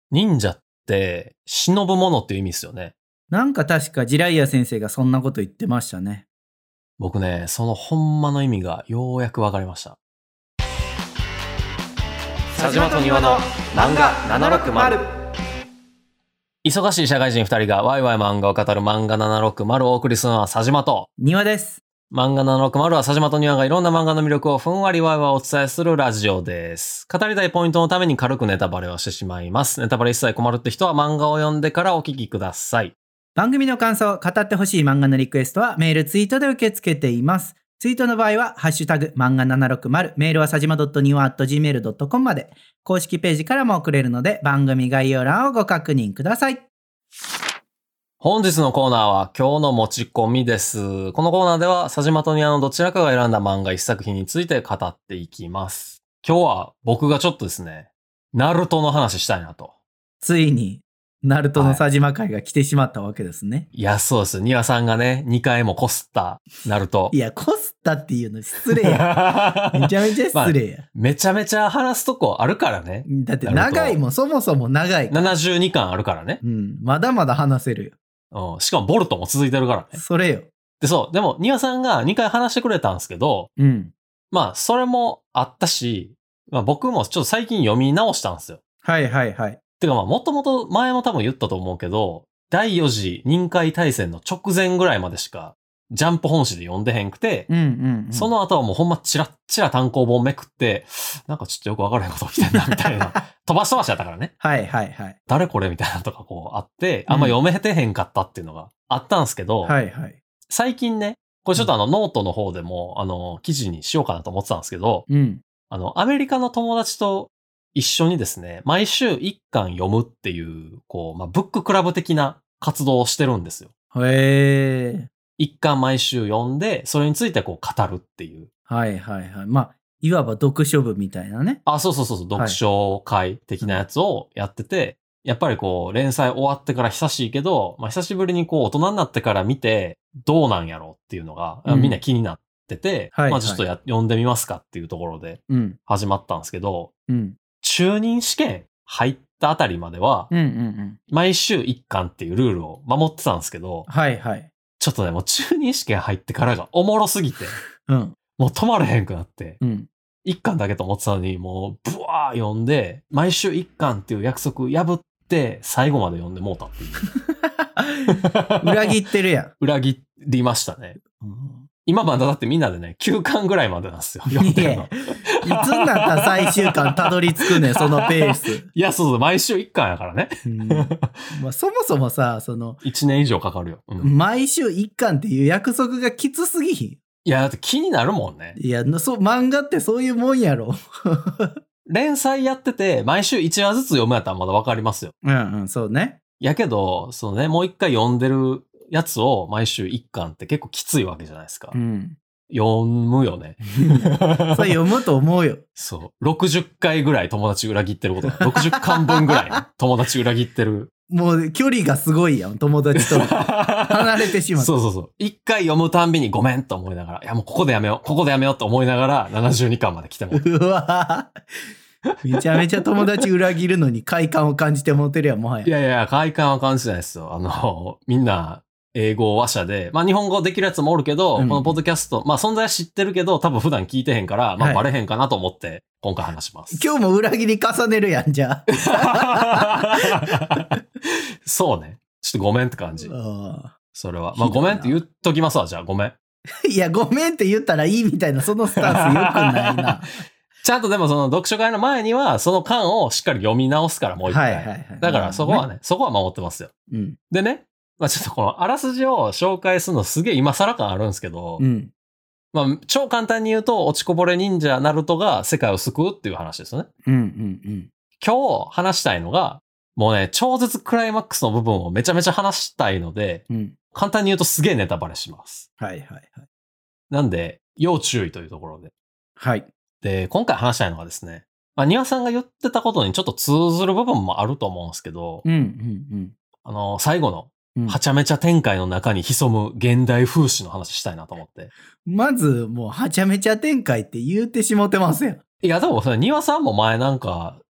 忍者って忍ぶものっていう意味ですよね。 なんか確かジライア先生がそんなこと言ってましたね。 僕ね、そのほんまの意味がようやくわかりました。佐島と庭の漫画760。忙しい社会人2人がワイワイ漫画を語る漫画760をお送りするのは佐島と庭です。 漫画760は佐島と庭がいろんな漫画の魅力をふんわりワイワイお伝えするラジオです。語りたいポイントのために軽くネタバレをしてしまいます。ネタバレ一切困るって人は漫画を読んでからお聞きください。 番組の感想、語ってほしい漫画のリクエストはメール、ツイートで受け付けています。ツイートの場合は、ハッシュタグ、漫画760、メールはさじま.niwa@gmail.com まで、公式ページからも送れるので、番組概要欄をご確認ください。 本日のコーナーは今日の持ち込みです。このコーナーでは佐島と庭のどちらかが選んだ漫画一作品について語っていきます。今日は僕がちょっとですね、ナルトの話したいなと。 ついに、ナルトの佐島会が来てしまったわけですね。 いや、そうです。庭さんがね、2回もこすったナルト。 いや、こすったっていうの失礼や。めちゃめちゃ失礼や。 めちゃめちゃ話すとこあるからね。 だって長いもん、そもそも長い。 72巻あるからね。 うん、まだまだ話せるよ。 うん、しかもボルトも続いてるからね。 それよ。 で、そう。でも、庭さんが2回話してくれたんですけど、 うん。 まあ、それもあったし、まあ僕もちょっと最近読み直したんですよ。 はいはいはい。 てかまあ、もともと前も多分言ったと思うけど、第4次任海大戦の直前ぐらいまでしか、ジャンプ本誌で読んでへんくて、その後はもうほんまチラッチラ単行本めくって、なんかちょっとよくわからへんこと起きてんな、みたいな。飛ばしやったからね。 はいはいはい。 誰これみたいなとかこうあって、あんま読めてへんかったっていうのがあったんですけど、 はいはい。 最近ね、これちょっとノートの方でも、記事にしようかなと思ってたんですけど、アメリカの友達と一緒にですね、毎週一巻読むっていう、こう、まあ、ブッククラブ的な活動をしてるんですよ。 へー。 一巻毎週読んで、それについてこう語るっていう。 はいはいはい。まあ、いわば読書部みたいなね。 あ、そう、読書会的なやつをやってて、やっぱりこう、連載終わってから久しいけど、まあ、久しぶりにこう、大人になってから見て、どうなんやろうっていうのが、みんな気になってて、まあ、ちょっと読んでみますかっていうところで、始まったんですけど、中任試験入ったあたりまでは、毎週一巻っていうルールを守ってたんですけど、 はいはい。 ちょっとね、もう中任試験入ってからがおもろすぎて、もう止まれへんくなって、一巻だけと思ってたのに、もう、ブワー読んで、毎週一巻っていう約束破って、最後まで読んでもうたっていう。 裏切ってるやん。 裏切りましたね。今まだだってみんなでね、9巻ぐらいまでなんですよ。読んでるの。 いつになったら最終巻たどり着くねん、そのペース。 いや、そう、毎週一巻やからね。 まあ、そもそもさ、 1年以上かかるよ。 毎週一巻っていう約束がきつすぎひん。 いや、だって気になるもんね。 いや、漫画ってそういうもんやろ。 連載やってて、毎週1話ずつ読むやったらまだわかりますよ。 そうね。 やけど、もう一回読んでるやつを毎週一巻って結構きついわけじゃないですか。読むよね。 それ読むと思うよ。 そう。60回ぐらい友達裏切ってること。60巻分ぐらい、ね、友達裏切ってる。 もう距離がすごいやん、友達と。離れてしまった。 そう。一回読むたんびにごめんと思いながら、いやもうここでやめようと思いながら72巻まで来ても。 うわめちゃめちゃ友達裏切るのに快感を感じて持てるやん、もはや。 いや、快感は感じてないですよ。みんな、英語話者で、まあ日本語できるやつもおるけど、このポッドキャスト、まあ存在は知ってるけど、多分普段聞いてへんから、まあバレへんかなと思って、今回話します。 今日も裏切り重ねるやん、じゃあ。そうね。ちょっとごめんって感じ。それは。まあごめんって言っときますわ、じゃあごめん。 いや、ごめんって言ったらいいみたいな、そのスタンス良くないな。 ちゃんとでもその読書会の前には、その巻をしっかり読み直すから、もう一回。だからそこはね、そこは守ってますよ。でね、まあちょっとこのあらすじを紹介するのすげえ今更感あるんですけど、まあ超簡単に言うと、落ちこぼれ忍者ナルトが世界を救うっていう話ですよね。今日話したいのが、もうね、超絶クライマックスの部分をめちゃめちゃ話したいので、簡単に言うとすげえネタバレします。なんで、要注意というところで。で、今回話したいのがですね、まあ、庭さんが言ってたことにちょっと通ずる部分もあると思うんですけど、最後の、はちゃめちゃ展開の中に潜む現代風刺の話したいなと思って。 まず、もうはちゃめちゃ展開って言うてしもてますやん。 いや、でも庭さんも前なんか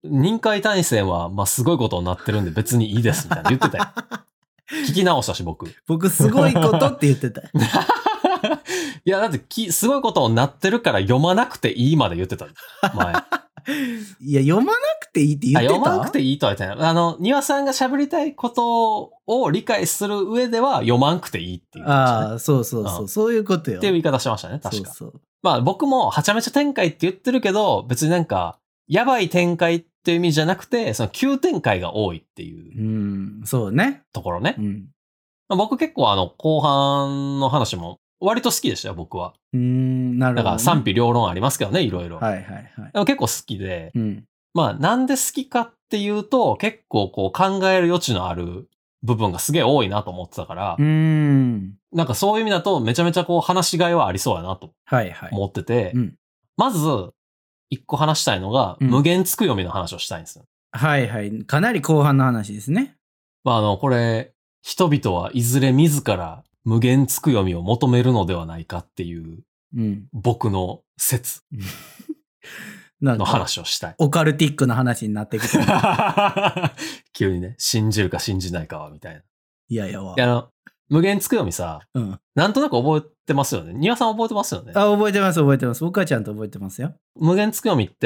臨界対戦は、まあ、すごいことになってるんで別にいいですみたいな言ってたよ。聞き直したし、僕。 僕、すごいことって言ってた。 いや、だってすごいことになってるから読まなくていいまで言ってた。前。 いや、読まなくていいって言ってた？ 読まなくていいとは言ってない。庭さんが喋りたいことを理解する上では読まんくていいっていう、ね。 ああ、そうそうそう、そういうことよ。 っていう言い方してましたね、確か。 そうそう。 まあ僕もはちゃめちゃ展開って言ってるけど、別になんか、やばい展開っていう意味じゃなくて、その急展開が多いっていう。 そうね。 ところね。僕結構後半の話も割と好きでしたよ、僕は。 なるほど、ね。 だから賛否両論ありますけどね、いろいろ。 はいはいはい。 でも結構好きで、まあなんで好きかっていうと、結構こう考える余地のある部分がすげえ多いなと思ってたから、なんかそういう意味だとめちゃめちゃこう話しがいはありそうやなと思ってて、まず一個話したいのが、無限つく読みの話をしたいんですよ。 はいはい。かなり後半の話ですね。 まあこれ、人々はいずれ自ら無限つく読みを求めるのではないかっていう、僕の説の話をしたい。 オカルティックな話になってきて。 急にね、信じるか信じないかは、みたいな。 いやいや無限つく読みさ、なんとなく覚えてますよね。庭さん覚えてますよね。 覚えてます覚えてます。僕はちゃんと覚えてますよ。 無限つく読みって、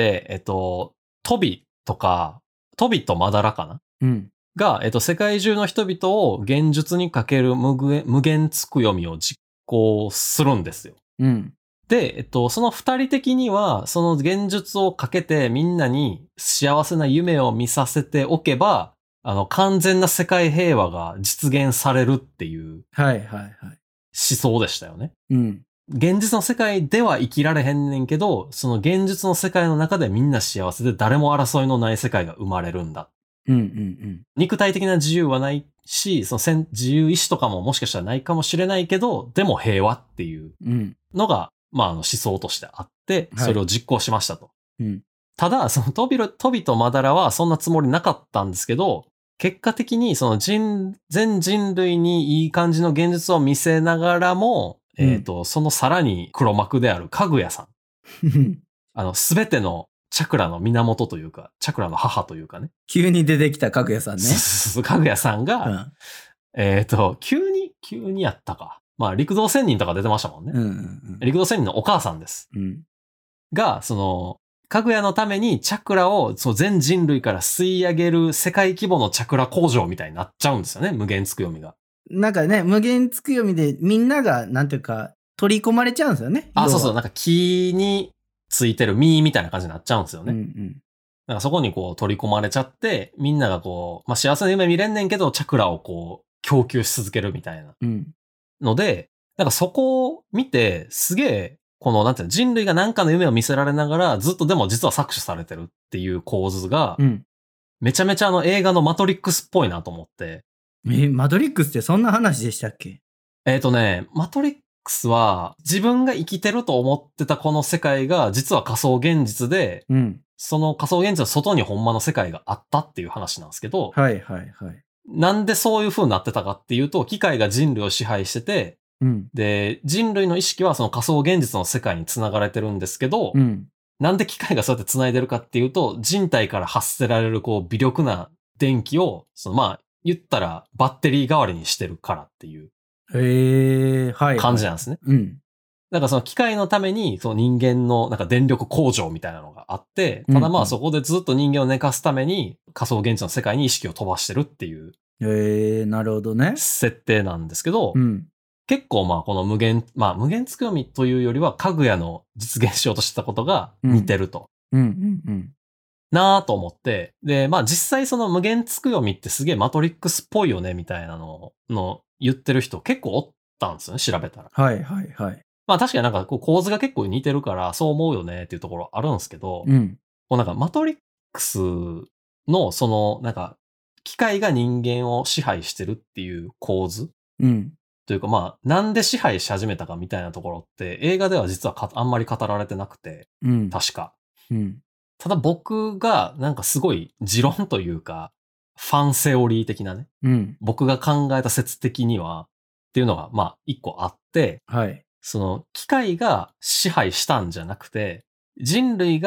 トビとか、トビとマダラかな、が、世界中の人々を現実にかける無限つく読みを実行するんですよ。で、その二人的には、その現実をかけてみんなに幸せな夢を見させておけば、完全な世界平和が実現されるっていう思想でしたよね。現実の世界では生きられへんねんけど、その現実の世界の中でみんな幸せで誰も争いのない世界が生まれるんだ。肉体的な自由はないし、その自由意志とかももしかしたらないかもしれないけど、でも平和っていうのが、まあ思想としてあって、それを実行しましたと。ただ、そのトビとマダラはそんなつもりなかったんですけど、結果的にその全人類にいい感じの現実を見せながらも、そのさらに黒幕であるかぐやさん。すべてのチャクラの源というか、チャクラの母というかね。 急に出てきたかぐやさんね。 かぐやさんが、急にやったか。まあ、陸道仙人とか出てましたもんね。陸道仙人のお母さんです。が、かぐやのためにチャクラを全人類から吸い上げる世界規模のチャクラ工場みたいになっちゃうんですよね。無限つく読みが。 なんかね、無限つく読みでみんなが、なんていうか、取り込まれちゃうんですよね。 そう。なんか木についてる実みたいな感じになっちゃうんですよね。なんかそこにこう取り込まれちゃって、みんながこう、まあ幸せな夢見れんねんけど、チャクラをこう、供給し続けるみたいな。ので、なんかそこを見て、すげえ、なんていうの、人類が何かの夢を見せられながら、ずっとでも実は搾取されてるっていう構図が、めちゃめちゃ映画のマトリックスっぽいなと思って。 マトリックスってそんな話でしたっけ？ マトリックスは自分が生きてると思ってたこの世界が実は仮想現実で、その仮想現実の外にほんまの世界があったっていう話なんですけど、なんでそういう風になってたかっていうと、機械が人類を支配してて、で、人類の意識はその仮想現実の世界に繋がれてるんですけど、なんで機械がそうやって繋いでるかっていうと、人体から発せられるこう微力な電気を、まあ、言ったらバッテリー代わりにしてるからっていう感じなんですね。だからその機械のために、その人間のなんか電力工場みたいなのがあって、ただまあそこでずっと人間を寝かすために仮想現実の世界に意識を飛ばしてるっていう。 なるほどね。 設定なんですけど、結構まあこの無限つく読みというよりはかぐやの実現しようとしてたことが似てると。なぁと思って、で、まあ実際その無限つく読みってすげえマトリックスっぽいよねみたいなの言ってる人結構おったんですよね、調べたら。まあ確かになんかこう構図が結構似てるからそう思うよねっていうところあるんですけど、こうなんかマトリックスのなんか機械が人間を支配してるっていう構図、というかまあなんで支配し始めたかみたいなところって映画では実はあんまり語られてなくて、確か。ただ僕がなんかすごい持論というかファンセオリー的なね、僕が考えた説的にはっていうのがまあ一個あって、その機械が支配したんじゃなくて、人類が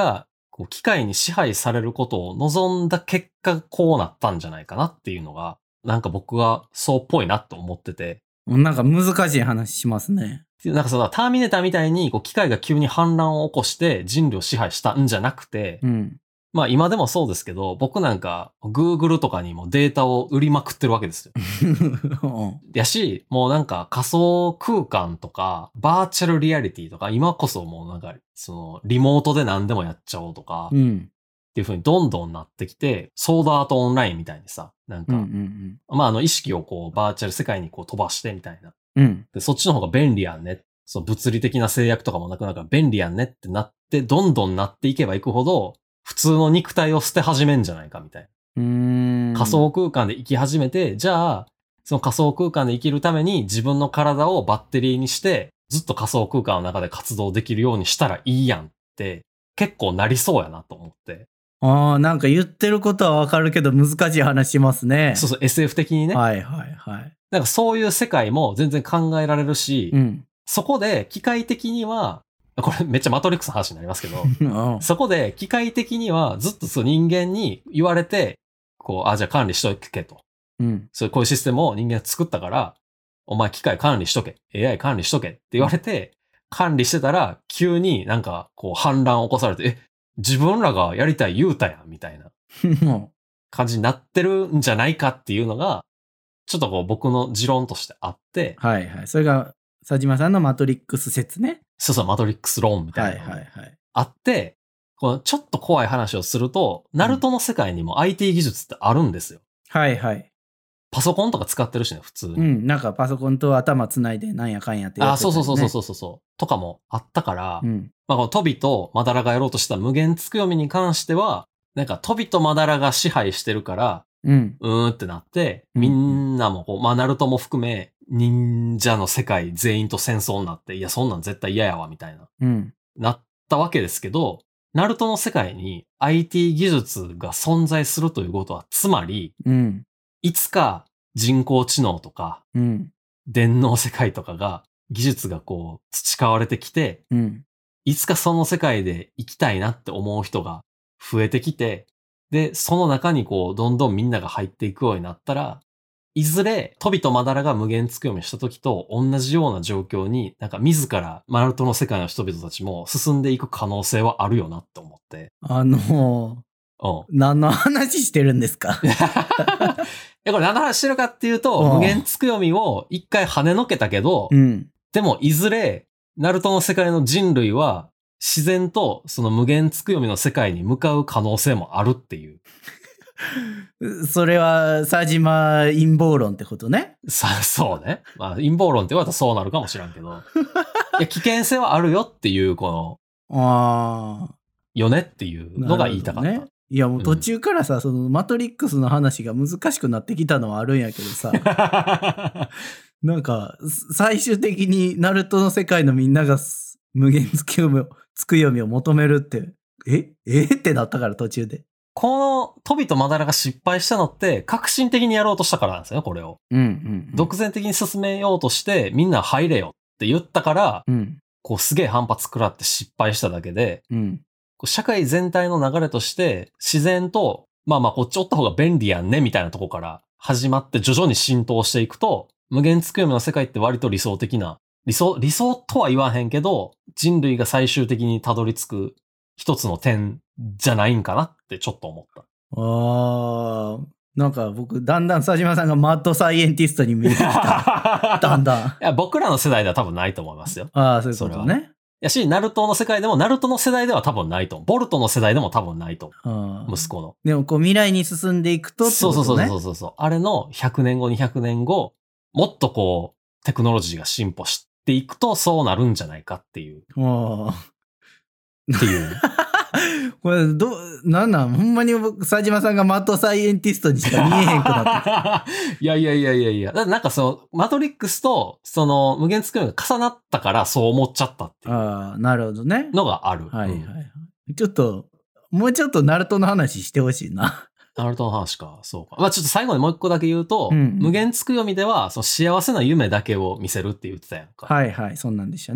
こう機械に支配されることを望んだ結果こうなったんじゃないかなっていうのが、なんか僕はそうっぽいなと思ってて。 なんか難しい話しますね。 なんかそのターミネーターみたいにこう機械が急に反乱を起こして人類を支配したんじゃなくて、うん、まあ今でもそうですけど、僕なんか Google とかにもデータを売りまくってるわけですよ。やし、もうなんか仮想空間とかバーチャルリアリティとか今こそもうなんかそのリモートで何でもやっちゃおうとか、うん、っていう風にどんどんなってきて、ソードアートオンラインみたいにさ、なんか、まあ意識をこうバーチャル世界にこう飛ばしてみたいな。うん、でそっちの方が便利やんね。そう物理的な制約とかもなくなるから便利やんねってなって、どんどんなっていけばいくほど、普通の肉体を捨て始めんじゃないかみたいな。仮想空間で生き始めて、じゃあ、その仮想空間で生きるために自分の体をバッテリーにして、ずっと仮想空間の中で活動できるようにしたらいいやんって、結構なりそうやなと思って。 ああ、なんか言ってることはわかるけど難しい話しますね。 そうそう、SF 的にね。 はいはいはい。 なんかそういう世界も全然考えられるし、うん、そこで機械的には、これめっちゃマトリックスの話になりますけど、そこで機械的にはずっとそう人間に言われて、こう、じゃあ管理しとけと。うん、こういうシステムを人間が作ったから、お前機械管理しとけ。AI 管理しとけって言われて、管理してたら、急になんかこう反乱を起こされて、自分らがやりたい言うたやんみたいな感じになってるんじゃないかっていうのが、ちょっとこう僕の持論としてあって。 はいはい。それが佐島さんのマトリックス説ね。 そうそう、マトリックス論みたいなのがあって、このちょっと怖い話をすると、ナルトの世界にも IT 技術ってあるんですよ。 はいはい。 パソコンとか使ってるしね、普通に。 うん、なんかパソコンと頭つないでなんやかんやってやってた、ね。 そう。とかもあったから、うん、まあこのトビとマダラがやろうとした無限つくよみに関しては、なんかトビとマダラが支配してるから、ってなって、みんなもこう、まあナルトも含め、忍者の世界全員と戦争になって、いやそんなん絶対嫌やわ、みたいな、なったわけですけど、ナルトの世界に IT 技術が存在するということは、つまり、いつか人工知能とか、電脳世界とかが、技術がこう培われてきて、いつかその世界で生きたいなって思う人が増えてきて、で、その中にこう、どんどんみんなが入っていくようになったら、いずれ、トビとマダラが無限つくよみした時と同じような状況に、なんか自らナルトの世界の人々たちも進んでいく可能性はあるよなって思って。何の話してるんですか？ いや、これ何の話してるかっていうと、無限つくよみを一回跳ねのけたけど、でもいずれ、ナルトの世界の人類は、自然とその無限つくよみの世界に向かう可能性もあるっていう。 それは佐島陰謀論ってことね。 そうね。まあ陰謀論って言われたらそうなるかもしらんけど。いや危険性はあるよっていうこのよねっていうのが言いたかった。ね、 いやもう途中からさ、そのマトリックスの話が難しくなってきたのはあるんやけどさ。なんか最終的にナルトの世界のみんなが無限つくよみを求めるってってなったから途中で。 このトビとマダラが失敗したのって革新的にやろうとしたからなんですよ、これを。独善的に進めようとしてみんな入れよって言ったから、こうすげえ反発食らって失敗しただけで、社会全体の流れとして自然と、まあこっちおった方が便利やんねみたいなとこから始まって徐々に浸透していくと、無限つくよみの世界って割と理想的な、理想とは言わへんけど、人類が最終的にたどり着く一つの点じゃないんかなってちょっと思った。 なんか僕だんだん佐島さんがマッドサイエンティストに見えてきた。だんだん。いや僕らの世代では多分ないと思いますよ。 そういうことね。 やし、ナルトの世界でもナルトの世代では多分ないと思う。ボルトの世代でも多分ないと思う。息子の。 でもこう未来に進んでいくとってことね。 そう。あれの100年後、200年後、もっとこう、テクノロジーが進歩していくとそうなるんじゃないかっていう。っていう。 これなんほんまに佐島さんがマッドサイエンティストにしか見えへんくなっていや。なんかその、マトリックスと、その、無限つくよみが重なったからそう思っちゃったっていう。 なるほどね。 のがある。 はい。ちょっと、もうちょっとナルトの話してほしいな。 ナルトの話か。そうか。まあちょっと最後にもう一個だけ言うと、無限つくよみでは、その幸せな夢だけを見せるって言ってたやんか。 はい。そんなんでしたね。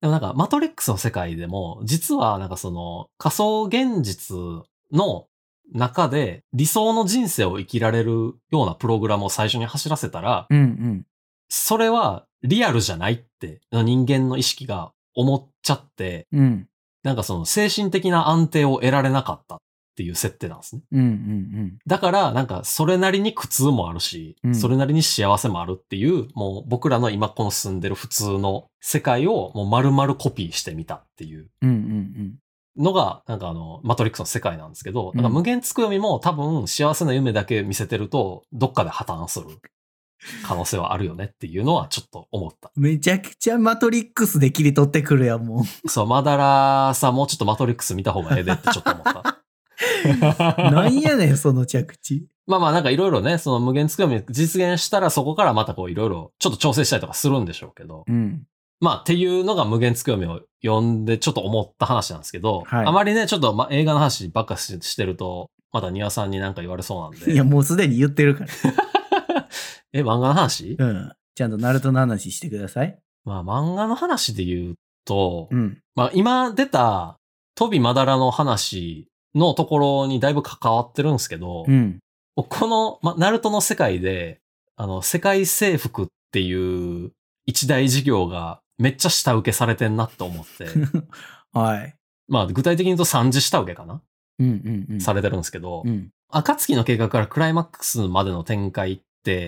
でもなんか、マトリックスの世界でも、実はなんかその、仮想現実の中で理想の人生を生きられるようなプログラムを最初に走らせたら、それはリアルじゃないって人間の意識が思っちゃって、なんかその精神的な安定を得られなかったっていう設定なんですね。だからなんかそれなりに苦痛もあるし、それなりに幸せもあるっていう、もう僕らの今この住んでる普通の世界をもう丸々コピーしてみたっていう。のが、なんかマトリックスの世界なんですけど、なんか無限つくよみも多分幸せな夢だけ見せてると、どっかで破綻する可能性はあるよねっていうのはちょっと思った。 めちゃくちゃマトリックスで切り取ってくるやん、もう。そう、マダラさんもうちょっとマトリックス見た方がええでってちょっと思った。 なんやねん、その着地。 まあまあなんかいろいろね、その無限つくよみ実現したらそこからまたこういろいろちょっと調整したりとかするんでしょうけど。まあっていうのが無限つくよみを読んでちょっと思った話なんですけど、あまりね、ちょっと映画の話ばっかしてると、また庭さんになんか言われそうなんで。 いや、もうすでに言ってるから。 漫画の話？ ちゃんとナルトの話してください。 まあ漫画の話で言うと、まあ今出たトビマダラの話のところにだいぶ関わってるんですけど、この、ナルトの世界で、世界征服っていう一大事業がめっちゃ下請けされてんなって思って。 はい。 まあ具体的に言うと3次下請けかな、されてるんですけど、暁の計画からクライマックスまでの展開って、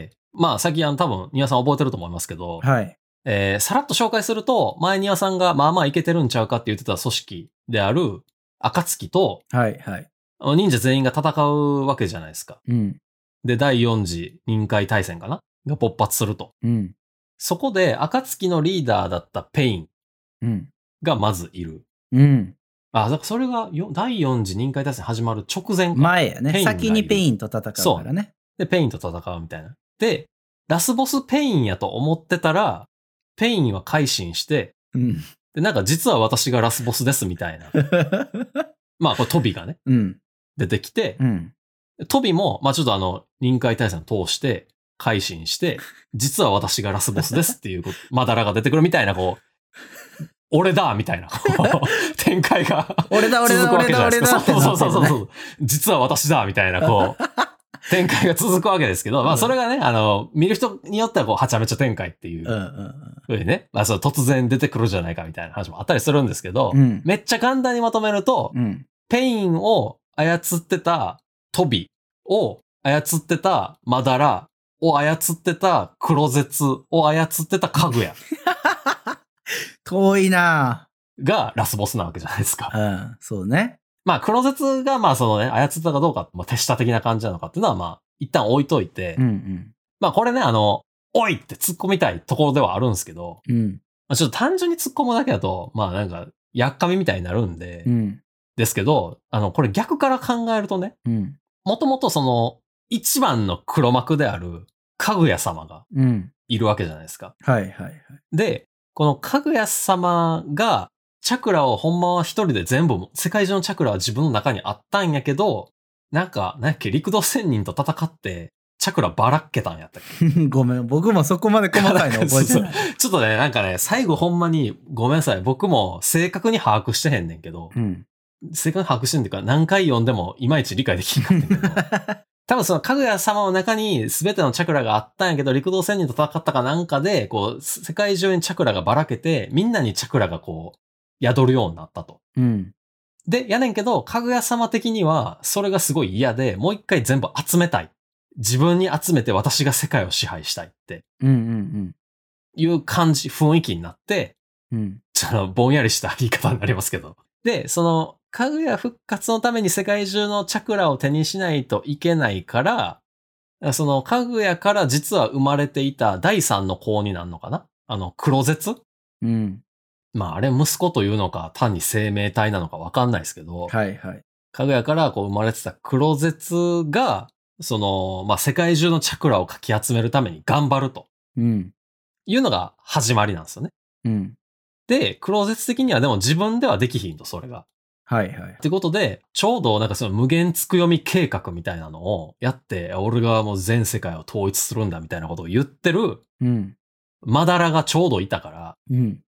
まあ最近多分庭さん覚えてると思いますけど、さらっと紹介すると、前庭さんがまあまあいけてるんちゃうかって言ってた組織である暁と、忍者全員が戦うわけじゃないですか。で、第4次任海大戦かなが勃発すると。そこで、暁のリーダーだったペインがまずいる。だからそれが第4次任海大戦始まる直前か。 前やね。先にペインと戦うからね。 で、ペインと戦うみたいな。で、ラスボスペインやと思ってたら、ペインは改心して、で、なんか実は私がラスボスですみたいな。まあ、これトビがね、出てきて、トビも、まあちょっと臨海大戦を通して、改心して、実は私がラスボスですっていう、マダラが出てくるみたいな、こう、俺だみたいな、展開が俺だ続くわけじゃないですか。そう。実は私だみたいな、こう、展開が続くわけですけど、まあそれがね、見る人によってはこう、はちゃめちゃ展開っていう、ふうにね、まあそう突然出てくるじゃないかみたいな話もあったりするんですけど、めっちゃ簡単にまとめると、ペインを操ってたトビを操ってたマダラを操ってた黒絶を操ってたカグヤ。 遠いながラスボスなわけじゃないですか。 そうね。 まあ黒絶がまあそのね、操ってたかどうか、まあ手下的な感じなのかっていうのはまあ一旦置いといて、まあこれね、おいって突っ込みたいところではあるんですけど、まあ、ちょっと単純に突っ込むだけだと、まあなんか、やっかみみたいになるんで、ですけど、これ逆から考えるとね、もともとその、一番の黒幕である、かぐや様が、いるわけじゃないですか。で、このかぐや様が、チャクラをほんまは一人で全部、世界中のチャクラは自分の中にあったんやけど、なんやっけ、陸道仙人と戦って、チャクラばらっけたんやったっけごめん、僕もそこまで細かいの覚えてない。 ちょっとね、なんかね、最後ほんまに、ごめんなさい、僕も正確に把握してへんねんけど、正確に把握してんっていうか、何回読んでもいまいち理解できんかったんだけど、多分そのかぐや様の中に全てのチャクラがあったんやけど、陸道仙人と戦ったかなんかで、こう、世界中にチャクラがばらけて、みんなにチャクラがこう、宿るようになったと。で、やねんけど、かぐや様的には、それがすごい嫌で、もう一回全部集めたい。自分に集めて私が世界を支配したいって。いう感じ、雰囲気になって、ぼんやりした言い方になりますけど。で、その、かぐや復活のために世界中のチャクラを手にしないといけないから、その、かぐやから実は生まれていた第三の子になるのかな？黒絶？まあ、あれ息子というのか、単に生命体なのかわかんないですけど、かぐやからこう生まれてた黒絶が、その、まあ、世界中のチャクラをかき集めるために頑張ると。いうのが始まりなんですよね。で、黒絶的にはでも自分ではできひんと、それが。ってことで、ちょうどなんかその無限つくよみ計画みたいなのをやって、俺がもう全世界を統一するんだみたいなことを言ってる、マダラがちょうどいたから、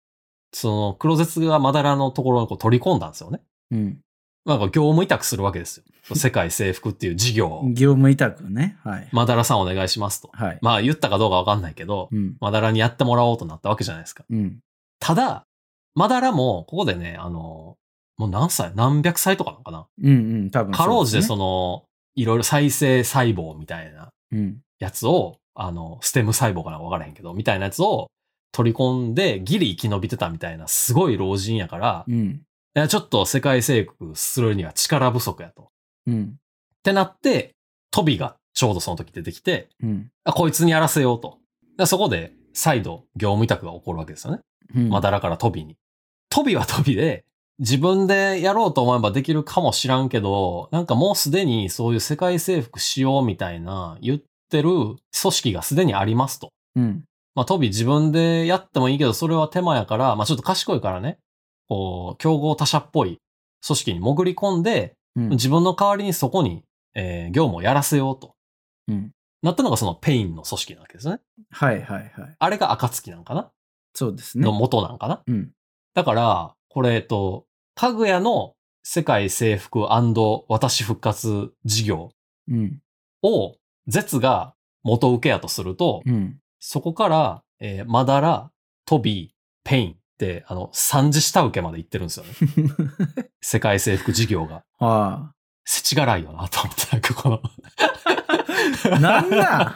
その黒絶がまだらのところにこう取り込んだんですよね。 うん。 なんか業務委託するわけですよ。世界征服っていう事業を。 業務委託ね。はい。 まだらさんお願いしますと。 はい。 まあ言ったかどうかわかんないけど、まだらにやってもらおうとなったわけじゃないですか。ただ、まだらも、ここでね、もう何百歳とかなのかな。 多分、 かろうじていろいろ再生細胞みたいなやつを、ステム細胞かなんかわからへんけど、みたいなやつを取り込んでギリ生き延びてたみたいなすごい老人やから、ちょっと世界征服するには力不足やと。ってなって、トビがちょうどその時出てきて、こいつにやらせようと。そこで再度業務委託が起こるわけですよね。まだらからトビに。トビはトビで、自分でやろうと思えばできるかもしらんけど、なんかもうすでにそういう世界征服しようみたいな言ってる組織がすでにありますと。まあトビ自分でやってもいいけど、それは手間やから、まあちょっと賢いからね、こう、競合他社っぽい組織に潜り込んで、自分の代わりにそこに、業務をやらせようと。なったのがそのペインの組織なわけですね。 はいはいはい。 あれが暁なんかな？ そうですね。 の元なんかな？だから、これ、かぐやの世界征服&私復活事業を、絶が元請けやとすると、そこから、まだら、トビ、ペインって、三次下請けまで行ってるんですよね。世界征服事業が。世知辛いよなと思って、なんかこの何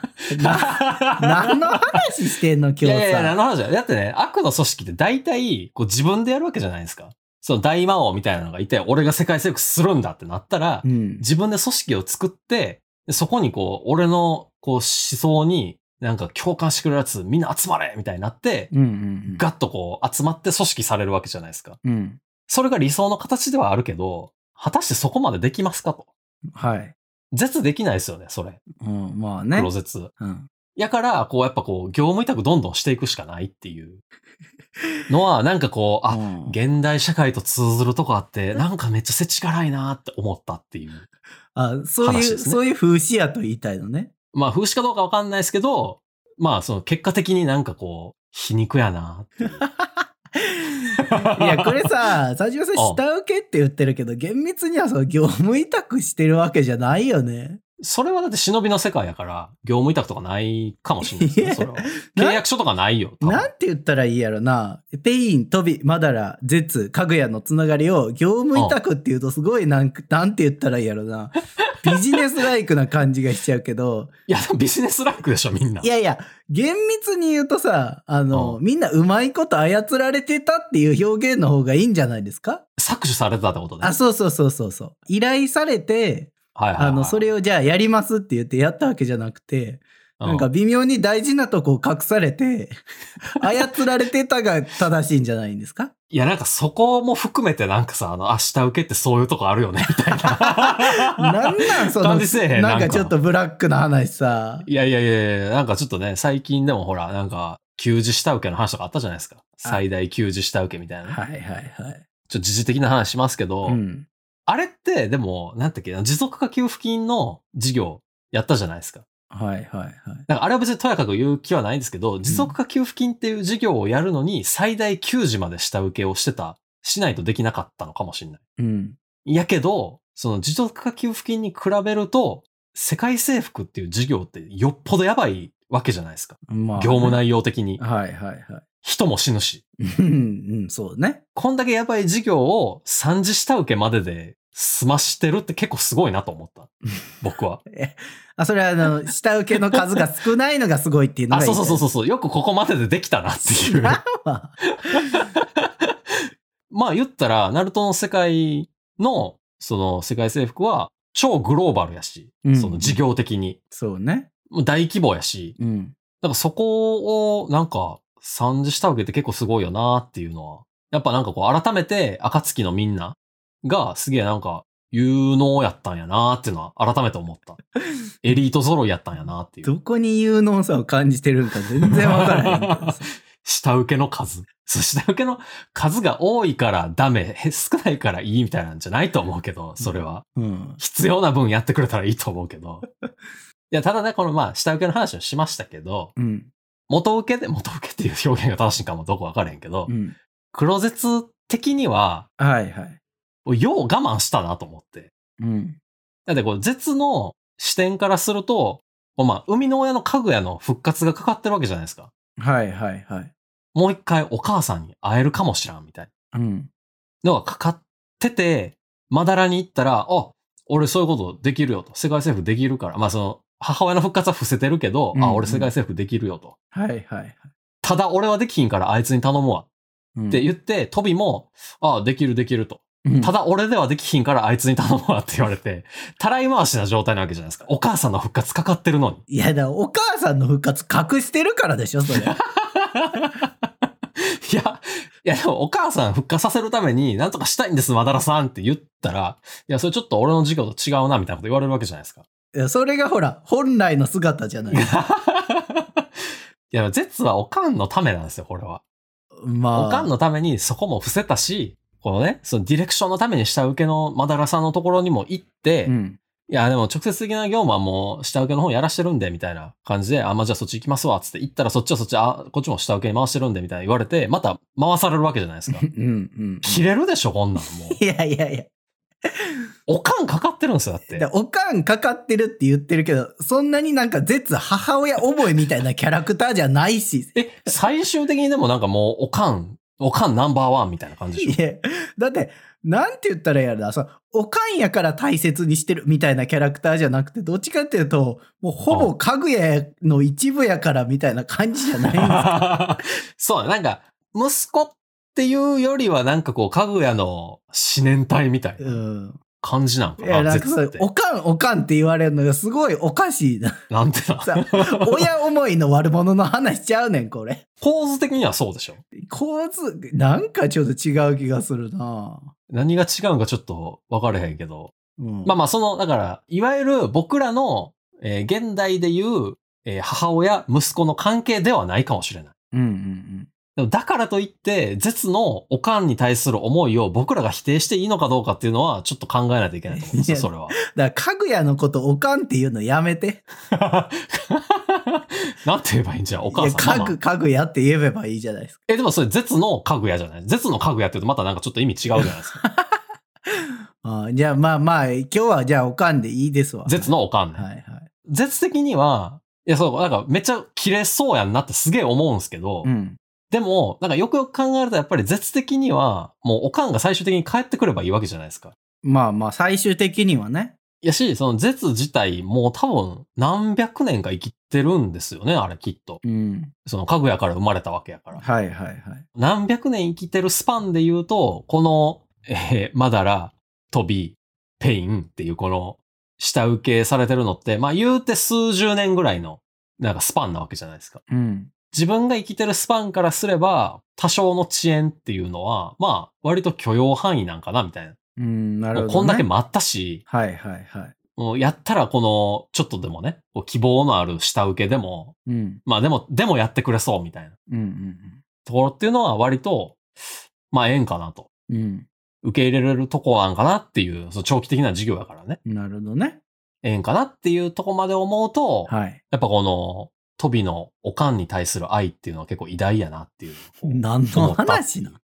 の話してんの今日さ。 いや、何の話だってね、悪の組織って大体、こう自分でやるわけじゃないですか。その大魔王みたいなのがいて、俺が世界征服するんだってなったら、自分で組織を作って、そこにこう、俺のこう思想になんか共感してくれるやつみんな集まれみたいになって、ガッとこう集まって組織されるわけじゃないですか。それが理想の形ではあるけど、果たしてそこまでできますかと。 はい。 絶できないですよね、それ。 まあね。 黒絶。やから、こうやっぱこう、業務委託どんどんしていくしかないっていうのは、なんかこう、現代社会と通ずるとこあって、なんかめっちゃ世知辛いなって思ったっていうそういう風刺やと言いたいのね。 まあ、風刺かどうかわかんないですけど、まあ、その結果的になんかこう、皮肉やなっていう。 いや、これさ、佐島さん下請けって言ってるけど、厳密にはその業務委託してるわけじゃないよね。 それはだって忍びの世界やから、業務委託とかないかもしれないですね、それは。契約書とかないよ。 なんて言ったらいいやろな。ペイン、トビ、マダラ、ゼツ、かぐやのつながりを業務委託って言うとすごいなんて言ったらいいやろな。ビジネスライクな感じがしちゃうけど。 いや、ビジネスライクでしょ、みんな。 いやいや、厳密に言うとさ、みんなうまいこと操られてたっていう表現の方がいいんじゃないですか？ 搾取されてたってことね。 そう。依頼されて、それをじゃあやりますって言ってやったわけじゃなくて、なんか微妙に大事なとこを隠されて、操られてたが正しいんじゃないんですか？ いや、なんかそこも含めてなんかさ、下請けってそういうとこあるよね、みたいな。 なんその、 感じせえへん。 なんかちょっとブラックな話さ。 いや、なんかちょっとね、最近でもほら、なんか、給仕下請けの話とかあったじゃないですか。最大給仕下請けみたいな。 はい。 ちょっと時事的な話しますけど、あれって、でも、なんていうか、持続化給付金の事業やったじゃないですか。 はい。 なんかあれは別にとやかく言う気はないんですけど、持続化給付金っていう事業をやるのに最大給仕まで下請けをしないとできなかったのかもしれない。やけど、その持続化給付金に比べると、世界征服っていう事業ってよっぽどやばいわけじゃないですか。業務内容的に。人も死ぬし。 そうね。 こんだけやばい事業を三次下請けまでで済ましてるって結構すごいなと思った。僕は。 それは下請けの数が少ないのがすごいっていうのがいい。 そう。よくここまででできたなっていう。まあ言ったら、ナルトの世界の、その世界征服は超グローバルやし、その事業的に。 そうね。 大規模やし。だからそこをなんか三次下請けって結構すごいよなっていうのは。やっぱなんかこう改めて暁のみんながすげえなんか有能やったんやなっていうのは改めて思った。エリート揃いやったんやなっていう。 どこに有能さを感じてるんか全然わからへん。 下請けの数。下請けの数が多いからダメ、少ないからいいみたいなんじゃないと思うけど、それは。必要な分やってくれたらいいと思うけど。いや、ただね、この下請けの話をしましたけど、元請けっていう表現が正しいかもどこわからへんけど、 黒絶的には、 はいはい。 よう我慢したなと思って。 うん。 だってこう、絶の視点からすると、まあ、生みの親のかぐやの復活がかかってるわけじゃないですか。 はいはいはい。 もう一回お母さんに会えるかもしらんみたいな。うん。のがかかってて、まだらに行ったら、あ、俺そういうことできるよと。世界征服できるから。まあその、母親の復活は伏せてるけど、あ、俺世界征服できるよと。 はいはいはい。 ただ俺はできひんからあいつに頼むわ。って言って、トビも、あ、できるできると。ただ俺ではできひんからあいつに頼むわって言われて、たらい回しな状態なわけじゃないですか。お母さんの復活かかってるのに。 いや、だからお母さんの復活隠してるからでしょ、それ。 いやでもお母さん復活させるためになんとかしたいんです、マダラさんって言ったら、いや、それちょっと俺の事業と違うな、みたいなこと言われるわけじゃないですか。 いや、それがほら、本来の姿じゃない。いや、ゼツはおかんのためなんですよ、これは。まあ。おかんのためにそこも伏せたし、このね、そのディレクションのために下請けのマダラさんのところにも行って、いや、でも直接的な業務はもう下請けの方やらしてるんで、みたいな感じで、あ、まあ、じゃあそっち行きますわ、つって行ったらそっちはそっち、あ、こっちも下請けに回してるんで、みたいな言われて、また回されるわけじゃないですか。切れるでしょ、こんなんもう。 いやいやいや。 おかんかかってるんですよ、だって。 おかんかかってるって言ってるけど、そんなになんか絶母親覚えみたいなキャラクターじゃないし。 最終的にでもなんかもうおかんナンバーワンみたいな感じでしょ。 いや、だって、なんて言ったらいいやろな、おかんやから大切にしてるみたいなキャラクターじゃなくて、どっちかっていうと、もうほぼかぐやの一部やからみたいな感じじゃないんですか。 そう、なんか、息子っていうよりはなんかこう、かぐやの思念体みたいな感じなんかな。 いや、なんかおかんって言われるのがすごいおかしいな。 なんてな。 親思いの悪者の話しちゃうねん、これ。 構図的にはそうでしょ。 構図、なんかちょっと違う気がするな。 何が違うんかちょっと分かれへんけど。まあまあ、だから、いわゆる僕らの、現代でいう、母親、息子の関係ではないかもしれない。でもだからといって、絶のおかんに対する思いを僕らが否定していいのかどうかっていうのはちょっと考えないといけないと思うんですよ、それは。 だから、かぐやのことおかんっていうのやめて。 なんて言えばいいんじゃん、お母さん。 かぐやって言えばいいじゃないですか。 でもそれ絶のかぐやじゃない。絶のかぐやって言うとまたなんかちょっと意味違うじゃないですか。 じゃあまあまあ、今日はじゃあおかんでいいですわ。 絶のおかんね。はいはい。絶的には、いやそう、なんかめっちゃ切れそうやんなってすげえ思うんですけど、でも、なんかよくよく考えるとやっぱり絶的には、もうおかんが最終的に帰ってくればいいわけじゃないですか。 まあまあ、最終的にはね。 いやし、その絶自体もう多分何百年か生きてるんですよね、あれきっと。そのかぐやから生まれたわけやから。 はいはいはい。 何百年生きてるスパンで言うと、この、マダラ、トビ、ペインっていうこの下請けされてるのって、まあ言うて数十年ぐらいのなんかスパンなわけじゃないですか。自分が生きてるスパンからすれば、多少の遅延っていうのは、まあ割と許容範囲なんかなみたいな。 なるほど、ね。 こんだけ待ったし、 はいはいはい。 もうやったらこの、ちょっとでもね、希望のある下請けでも、まあでもやってくれそうみたいな。ところっていうのは割と、まあええんかなと。受け入れれるとこなんかなっていう、その長期的な事業だからね。 なるほどね。 ええんかなっていうとこまで思うと、やっぱこの、トビのおかんに対する愛っていうのは結構偉大やなっていう。 何の話な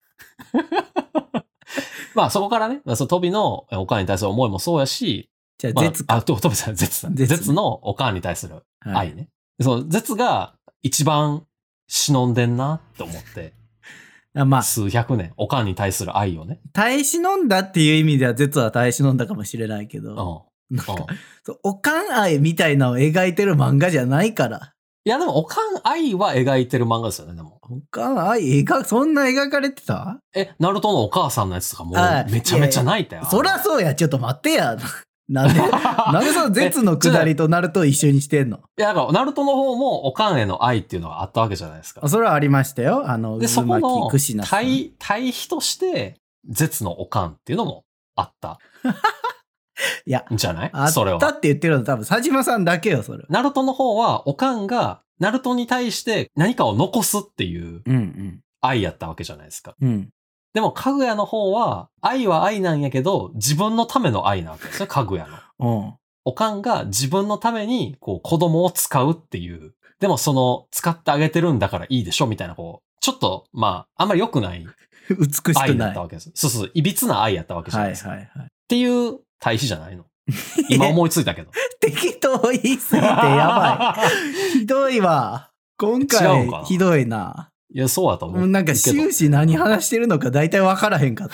まあそこからね、そのトビのおかんに対する思いもそうやし、 じゃあ、絶か。 トビさん、絶のおかんに対する愛ね。その絶が一番忍んでんなって思って。まあ、数百年、おかんに対する愛をね。 耐え忍んだっていう意味では、絶は耐え忍んだかもしれないけど、なんかおかん愛みたいなのを描いてる漫画じゃないから。 いや、でも、おかん愛は描いてる漫画ですよね、でも。 おかん愛そんな描かれてた？ ナルトのお母さんのやつとかもうめちゃめちゃ泣いたよ。 そりゃそうや、ちょっと待ってや。なんでその絶の下りとナルト一緒にしてんの？ いや、だから、ナルトの方もおかんへの愛っていうのがあったわけじゃないですか。 それはありましたよ。 で、そこの対比として、絶のおかんっていうのもあった。 いや、 じゃないそれは。 あったって言ってるの多分、佐島さんだけよ、それ。 ナルトの方は、おかんが、ナルトに対して何かを残すっていう愛やったわけじゃないですか。でも、かぐやの方は、愛は愛なんやけど、自分のための愛なわけですよ、かぐやの。おかんが自分のために、こう、子供を使うっていう。でも、使ってあげてるんだからいいでしょみたいな、ちょっと、まあ、あんまり良くない美しくない。 愛だったわけです。そうそう、いびつな愛やったわけじゃないですか。 はいはいはい。 っていう対比じゃないの。今思いついたけど。 適当言いすぎてやばい。ひどいわ。今回ひどいな。 いや、そうだと思う。 なんか終始何話してるのか大体分からへんかった。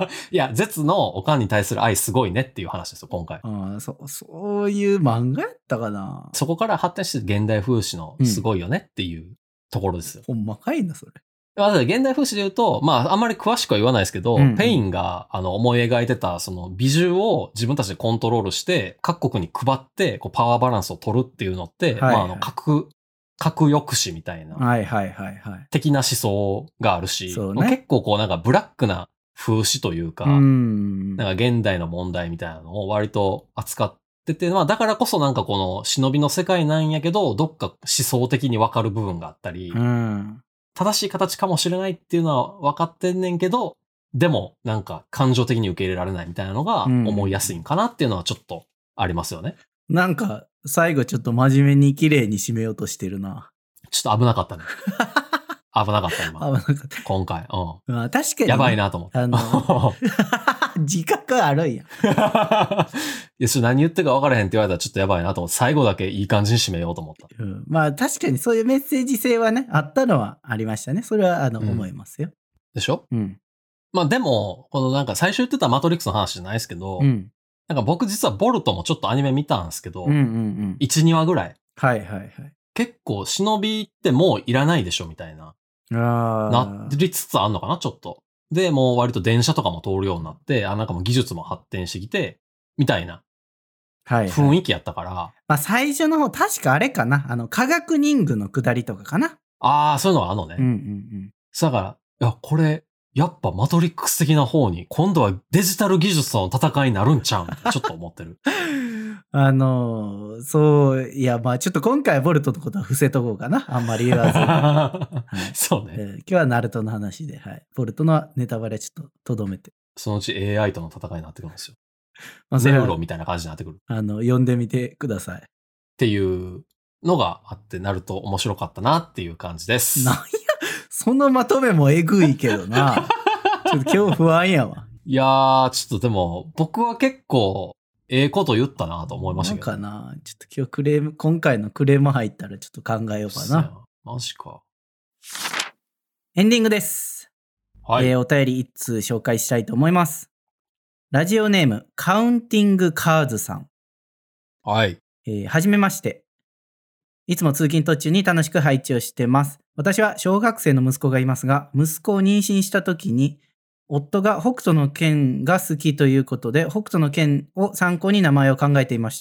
いや、絶のおかんに対する愛すごいねっていう話ですよ、今回。 そういう漫画やったかな。 そこから発展して現代風刺のすごいよねっていうところですよ。 ほんまかいな、それ。 現代風刺で言うと、まあ、あんまり詳しくは言わないですけど、ペインが、思い描いてた、その、美獣を自分たちでコントロールして、各国に配って、こう、パワーバランスを取るっていうのって、はいはい、まあ、核抑止みたいな、 はいはいはいはい。 的な思想があるし、 ね、 結構こう、なんか、ブラックな風刺というか、なんか、現代の問題みたいなのを割と扱ってて、まあ、だからこそなんかこの、忍びの世界なんやけど、どっか思想的にわかる部分があったり、正しい形かもしれないっていうのは分かってんねんけど、でもなんか感情的に受け入れられないみたいなのが思いやすいんかなっていうのはちょっとありますよね。 なんか最後ちょっと真面目に綺麗に締めようとしてるな。 ちょっと危なかったね。危なかった今。 危なかった。 今回。 まあ確かに、ね。 やばいなと思って。 自覚あるんや。 いや、何言ってるか分からへんって言われたらちょっとやばいなと思って、最後だけいい感じに締めようと思った。 まあ確かにそういうメッセージ性はね、あったのはありましたね。それは思いますよ。 でしょ？まあでも、このなんか最初言ってたマトリックスの話じゃないですけど、なんか僕実はボルトもちょっとアニメ見たんですけど、1、2話ぐらい。 はいはいはい。 結構忍びってもういらないでしょみたいな。なりつつあんのかなちょっと。で、もう割と電車とかも通るようになって、なんかもう技術も発展してきて、みたいな雰囲気やったから。 まあ最初の方、確かあれかな。科学忍具の下りとかかな。 そういうのがあるのね。だから、いや、これ、やっぱマトリックス的な方に、今度はデジタル技術との戦いになるんちゃうんってちょっと思ってる。 そう、いや、まあちょっと今回はボルトのことは伏せとこうかな。あんまり言わず。はい、 そうね、 今日はナルトの話で、はい。ボルトのネタバレちょっと留めて。 そのうち AI との戦いになってくるんですよ。ネウロみたいな感じになってくる。 読んでみてください。 っていうのがあって、ナルト面白かったなっていう感じです。 なんや、そのまとめもえぐいけどな。ちょっと今日不安やわ。 いやー、ちょっとでも、僕は結構、こと言ったなと思いましたけど。 なんかな、ちょっと今回のクレーム入ったらちょっと考えようかな。 マジか。 エンディングです。はい。お便り1通紹介したいと思います。ラジオネーム、カウンティングカーズさん。 はい。 はじめまして。いつも通勤途中に楽しく配置をしてます。私は小学生の息子がいますが、息子を妊娠した時に、夫が北斗の拳が好きということで、北斗の拳を参考に名前を考えていました。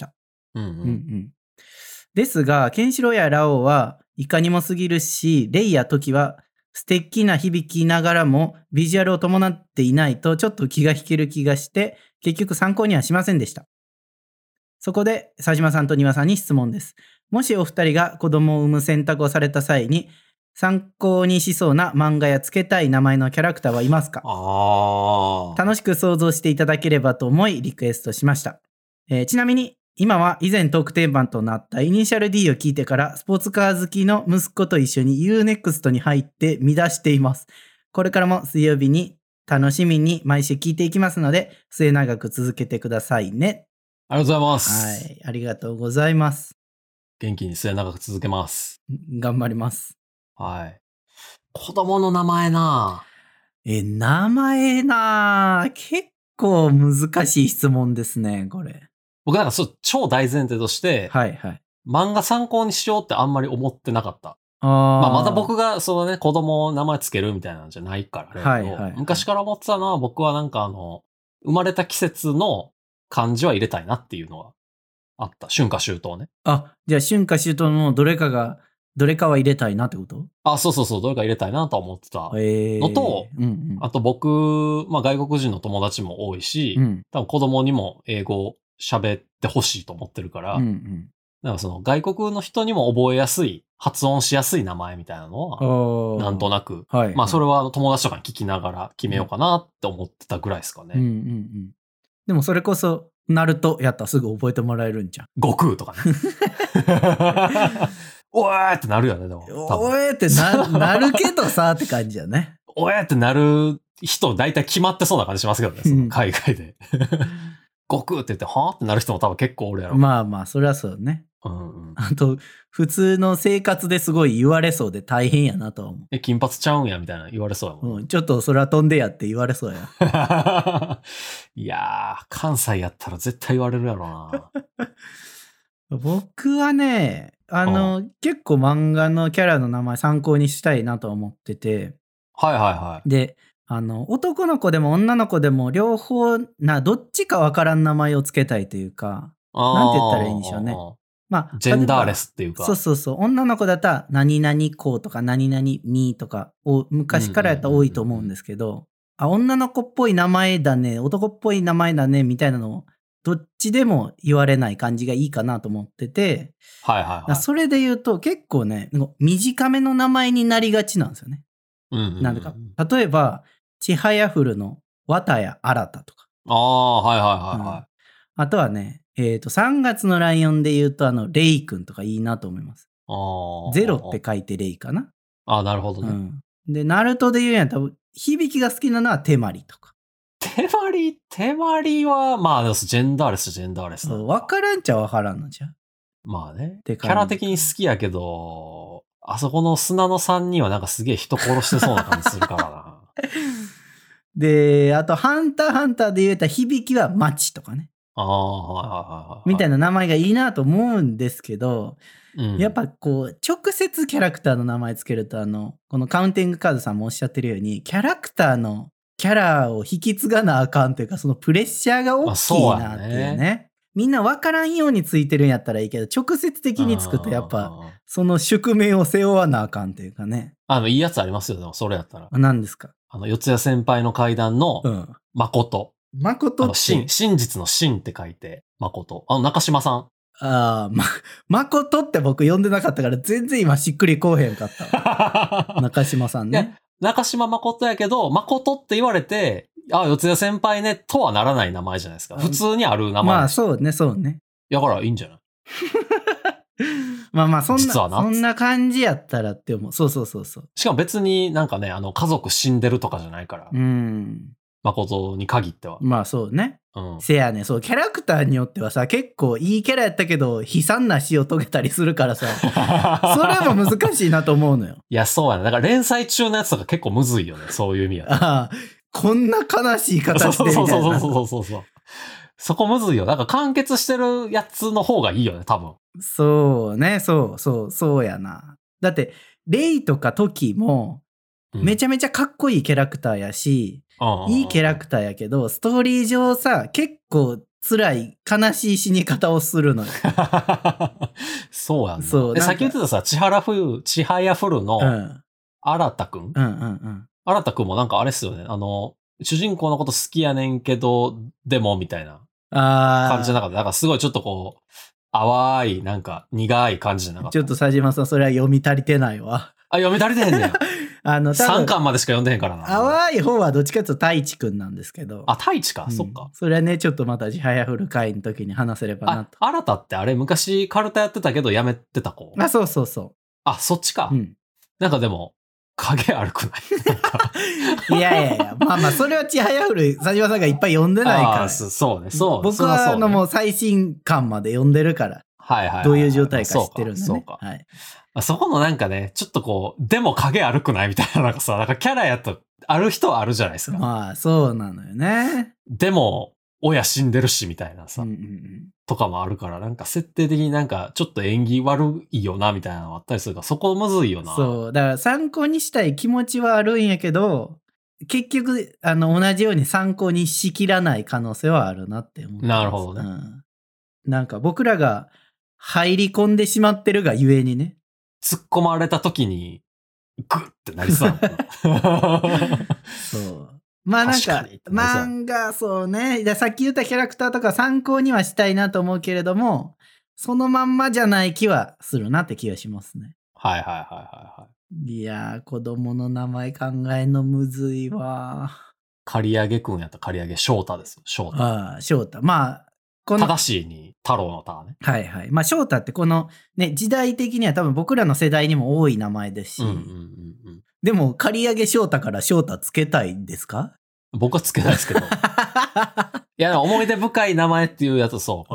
ですが、ケンシロウやラオウはいかにもすぎるし、レイやトキは素敵な響きながらもビジュアルを伴っていないとちょっと気が引ける気がして、結局参考にはしませんでした。そこで、佐島さんと丹羽さんに質問です。もしお二人が子供を産む選択をされた際に、参考にしそうな漫画や付けたい名前のキャラクターはいますか？楽しく想像していただければと思いリクエストしました。ちなみに今は以前トークテーマとなったイニシャル D を聞いてからスポーツカー好きの息子と一緒に Unext に入って見出しています。これからも水曜日に楽しみに毎週聞いていきますので末永く続けてくださいね。 ありがとうございます。 はい、ありがとうございます。 元気に末永く続けます。 頑張ります。 はい。子供の名前な名前な結構難しい質問ですね、これ。 僕なんか超大前提として、 はいはい。 漫画参考にしようってあんまり思ってなかった。まだ僕が子供名前つけるみたいなんじゃないからね。はい。昔から思ってたのは僕はなんか生まれた季節の漢字は入れたいなっていうのがあった。春夏秋冬ね。 じゃあ春夏秋冬のどれかは入れたいなってこと？ そう。どれか入れたいなと思ってたのと、あと僕、外国人の友達も多いし、多分子供にも英語喋ってほしいと思ってるから、なんか外国の人にも覚えやすい、発音しやすい名前みたいなのは、なんとなく、それは友達とかに聞きながら決めようかなって思ってたぐらいですかね。 でもそれこそ、ナルトやったらすぐ覚えてもらえるんじゃん。 悟空とかね。おーってなるよね、でも。 おーってなるけどさって感じやね。 おえってなる人大体決まってそうな感じしますけどね、その海外で。悟空って言って、はぁってなる人も多分結構おるやろ。 まあまあ、それはそうね。 うんうん、 あと、普通の生活ですごい言われそうで大変やなとは思う。 金髪ちゃうんやみたいな言われそうやもん。 ちょっと空飛んでやって言われそうや。 いやー、関西やったら絶対言われるやろな。 僕はね、結構漫画のキャラの名前参考にしたいなと思ってて。 はいはいはい。 で、男の子でも女の子でも両方、どっちかわからん名前をつけたいというか、なんて言ったらいいんでしょうね。まあ、 ジェンダーレスっていうか。 そうそうそう。女の子だったら、何々子とか何々みとかを昔からやったら多いと思うんですけど、女の子っぽい名前だね、男っぽい名前だね、みたいなのを、どっちでも言われない感じがいいかなと思ってて、 はいはいはい。 それで言うと結構ね、短めの名前になりがちなんですよね。なんでか、例えば、ちはやふるの綿谷新とか。 ああ、はいはいはいはい。 あとはね、3月のライオンで言うと、レイくんとかいいなと思います。ゼロって書いてレイかな。 ああ、なるほどね。 で、ナルトで言うんやったら、響きが好きなのはテマリとか。 テマリは、まあ、ジェンダーレス。 わからんちゃわからんのじゃ。 まあね。キャラ的に好きやけど、あそこの砂の3人はなんかすげえ人殺してそうな感じするからな。 で、あと、ハンターハンターで言えた響きはマチとかね。 ああ、はいはいはい。 みたいな名前がいいなと思うんですけど、やっぱこう、直接キャラクターの名前つけると、このカウンティングカードさんもおっしゃってるように、キャラクターのキャラを引き継がなあかんというか、そのプレッシャーが大きいなっていうね。みんな分からんようについてるんやったらいいけど、直接的につくとやっぱ、その宿命を背負わなあかんというかね。 いいやつありますよ、でもそれやったら。 何ですか？ 四谷先輩の階段の、誠。 誠って。 真実の真って書いて、誠。中島さん。 誠って僕呼んでなかったから全然今しっくりこうへんかった。中島さんね。 中島誠やけど、誠って言われて、四谷先輩ね、とはならない名前じゃないですか。普通にある名前。 まあそうね。 だからいいんじゃない？ まあそんな感じやったらって思う。そう。 しかも別になんかね、家族死んでるとかじゃないから。誠に限っては。 まあそうね。せやね、そう、キャラクターによってはさ、結構いいキャラやったけど、悲惨な死を遂げたりするからさ、それも難しいなと思うのよ。 いや、そうやね。だから連載中のやつとか結構むずいよね。そういう意味は、ね。 こんな悲しい形でみたいな。 そう。そこむずいよ。なんか完結してるやつの方がいいよね、多分。 そうね、そうやな。だって、レイとかトキも、めちゃめちゃかっこいいキャラクターやし、いいキャラクターやけど、ストーリー上さ、結構辛い、悲しい死に方をするのよ。 そうやんな。そうさっき言ってたさ、ちはやふるの、新田くん。新田くんもなんかあれっすよね。主人公のこと好きやねんけど、でも、みたいな感じじゃなかった。なんかすごいちょっとこう、淡い、なんか苦い感じじゃなかった。 ちょっと佐島さん、それは読み足りてないわ。 読み足りてへんねん。3巻までしか読んでへんからな。 淡い方はどっちかというと太一くんなんですけど。 太一か、そっか。 それはね、ちょっとまたちはやふる会の時に話せればなと。 新田ってあれ昔カルタやってたけどやめてた子。 そう。 そっちか。なんかでも、影あるくないいや。まあ、それはちはやふる、佐島さんがいっぱい読んでないから。 そうね。 僕はもう最新巻まで読んでるから。どういう状態か知ってるんでね。 そうか。そこのなんかね、ちょっとこう、でも影あるくないみたいな、なんかさ、なんかキャラやと、ある人はあるじゃないですか。 まあ、そうなのよね。 でも、親死んでるし、みたいなさ、とかもあるから、なんか設定的になんか、ちょっと縁起悪いよな、みたいなのあったりするから、そこむずいよな。 そう、だから参考にしたい気持ちはあるんやけど、結局、同じように参考にしきらない可能性はあるなって思う。 なるほどね。 なんか僕らが入り込んでしまってるがゆえにね。 突っ込まれた時に、グッってなりそう。 そう。まあなんか、漫画、そうね。さっき言ったキャラクターとか参考にはしたいなと思うけれども、そのまんまじゃない気はするなって気がしますね。 はい。 いやー、子供の名前考えんのむずいわ。 刈り上げくんやったら刈り上げ翔太ですよ。翔太。 翔太。まあ、 正しいに太郎の太ね。 はい。まあ、翔太ってこのね、時代的には多分僕らの世代にも多い名前ですし、 でも、刈り上げ翔太から翔太つけたいんですか？ 僕はつけないですけど。いや、思い出深い名前っていうやつ、そう。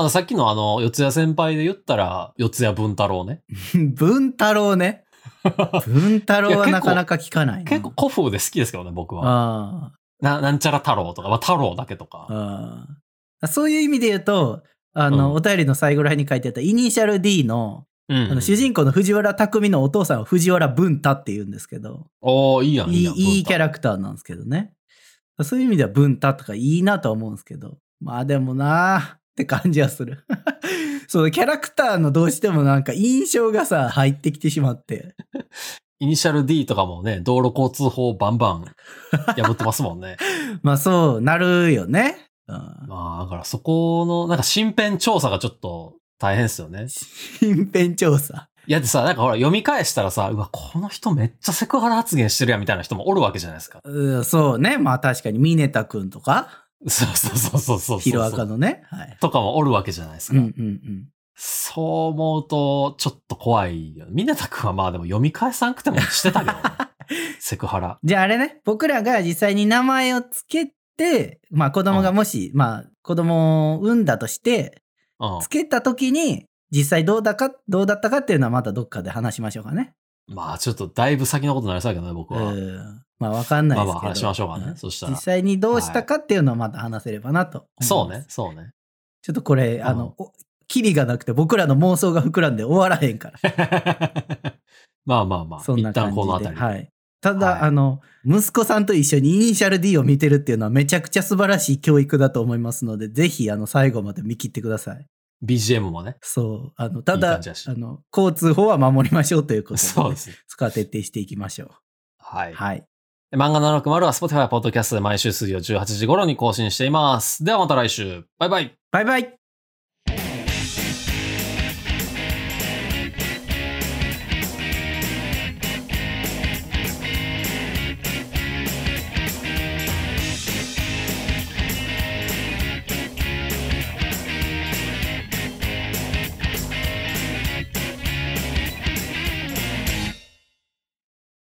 さっきの四谷先輩で言ったら、四谷文太郎ね。 文太郎ね。文太郎はなかなか聞かないな。 結構古風で好きですけどね、僕は。なんちゃら太郎とか、太郎だけとか。 そういう意味で言うと、お便りの最後ら辺に書いてあったイニシャル D の、主人公の藤原匠のお父さんは藤原文太って言うんですけど。 いいやん。 いいキャラクターなんですけどね。そういう意味では文太とかいいなとは思うんですけど。まあでもなーって感じはする。そう、キャラクターのどうしてもなんか印象がさ、入ってきてしまって。 イニシャル D とかもね、道路交通法バンバン破ってますもんね。 まあそうなるよね。 まあだからそこの、なんか身辺調査がちょっと大変ですよね。 身辺調査。 いやでさ、なんかほら読み返したらさ、うわ、この人めっちゃセクハラ発言してるやんみたいな人もおるわけじゃないですか。 そうね。まあ確かに、峰田くんとか。 そう。 ヒロアカのね。はい。 とかもおるわけじゃないですか。そう思うと、ちょっと怖いよ。峰田くんはまあでも読み返さんくてもしてたけど、ね、セクハラ。 じゃああれね、僕らが実際に名前をつけて、まあ子供がもし、まあ子供を産んだとして、つけた時に、実際どうだったかっていうのはまたどっかで話しましょうかね。 まあちょっとだいぶ先のことになりそうだけどね、僕は。 まあわかんないですけど。 まあ話しましょうかね。そしたら。 実際にどうしたかっていうのをまた話せればなと思います。 そうね。 ちょっとこれ、キリがなくて僕らの妄想が膨らんで終わらへんから。 まあ。 そんな感じで。 一旦このあたり。 はい。ただ、息子さんと一緒にイニシャル D を見てるっていうのはめちゃくちゃ素晴らしい教育だと思いますので、ぜひ、最後まで見切ってください。 BGM もね。 そう。ただ、交通法は守りましょうということで、 そうですね。 そこは徹底していきましょう。 はい。 はい。 漫画760は Spotify ポッドキャストで毎週水曜18時頃に更新しています。ではまた来週。バイバイ。 バイバイ。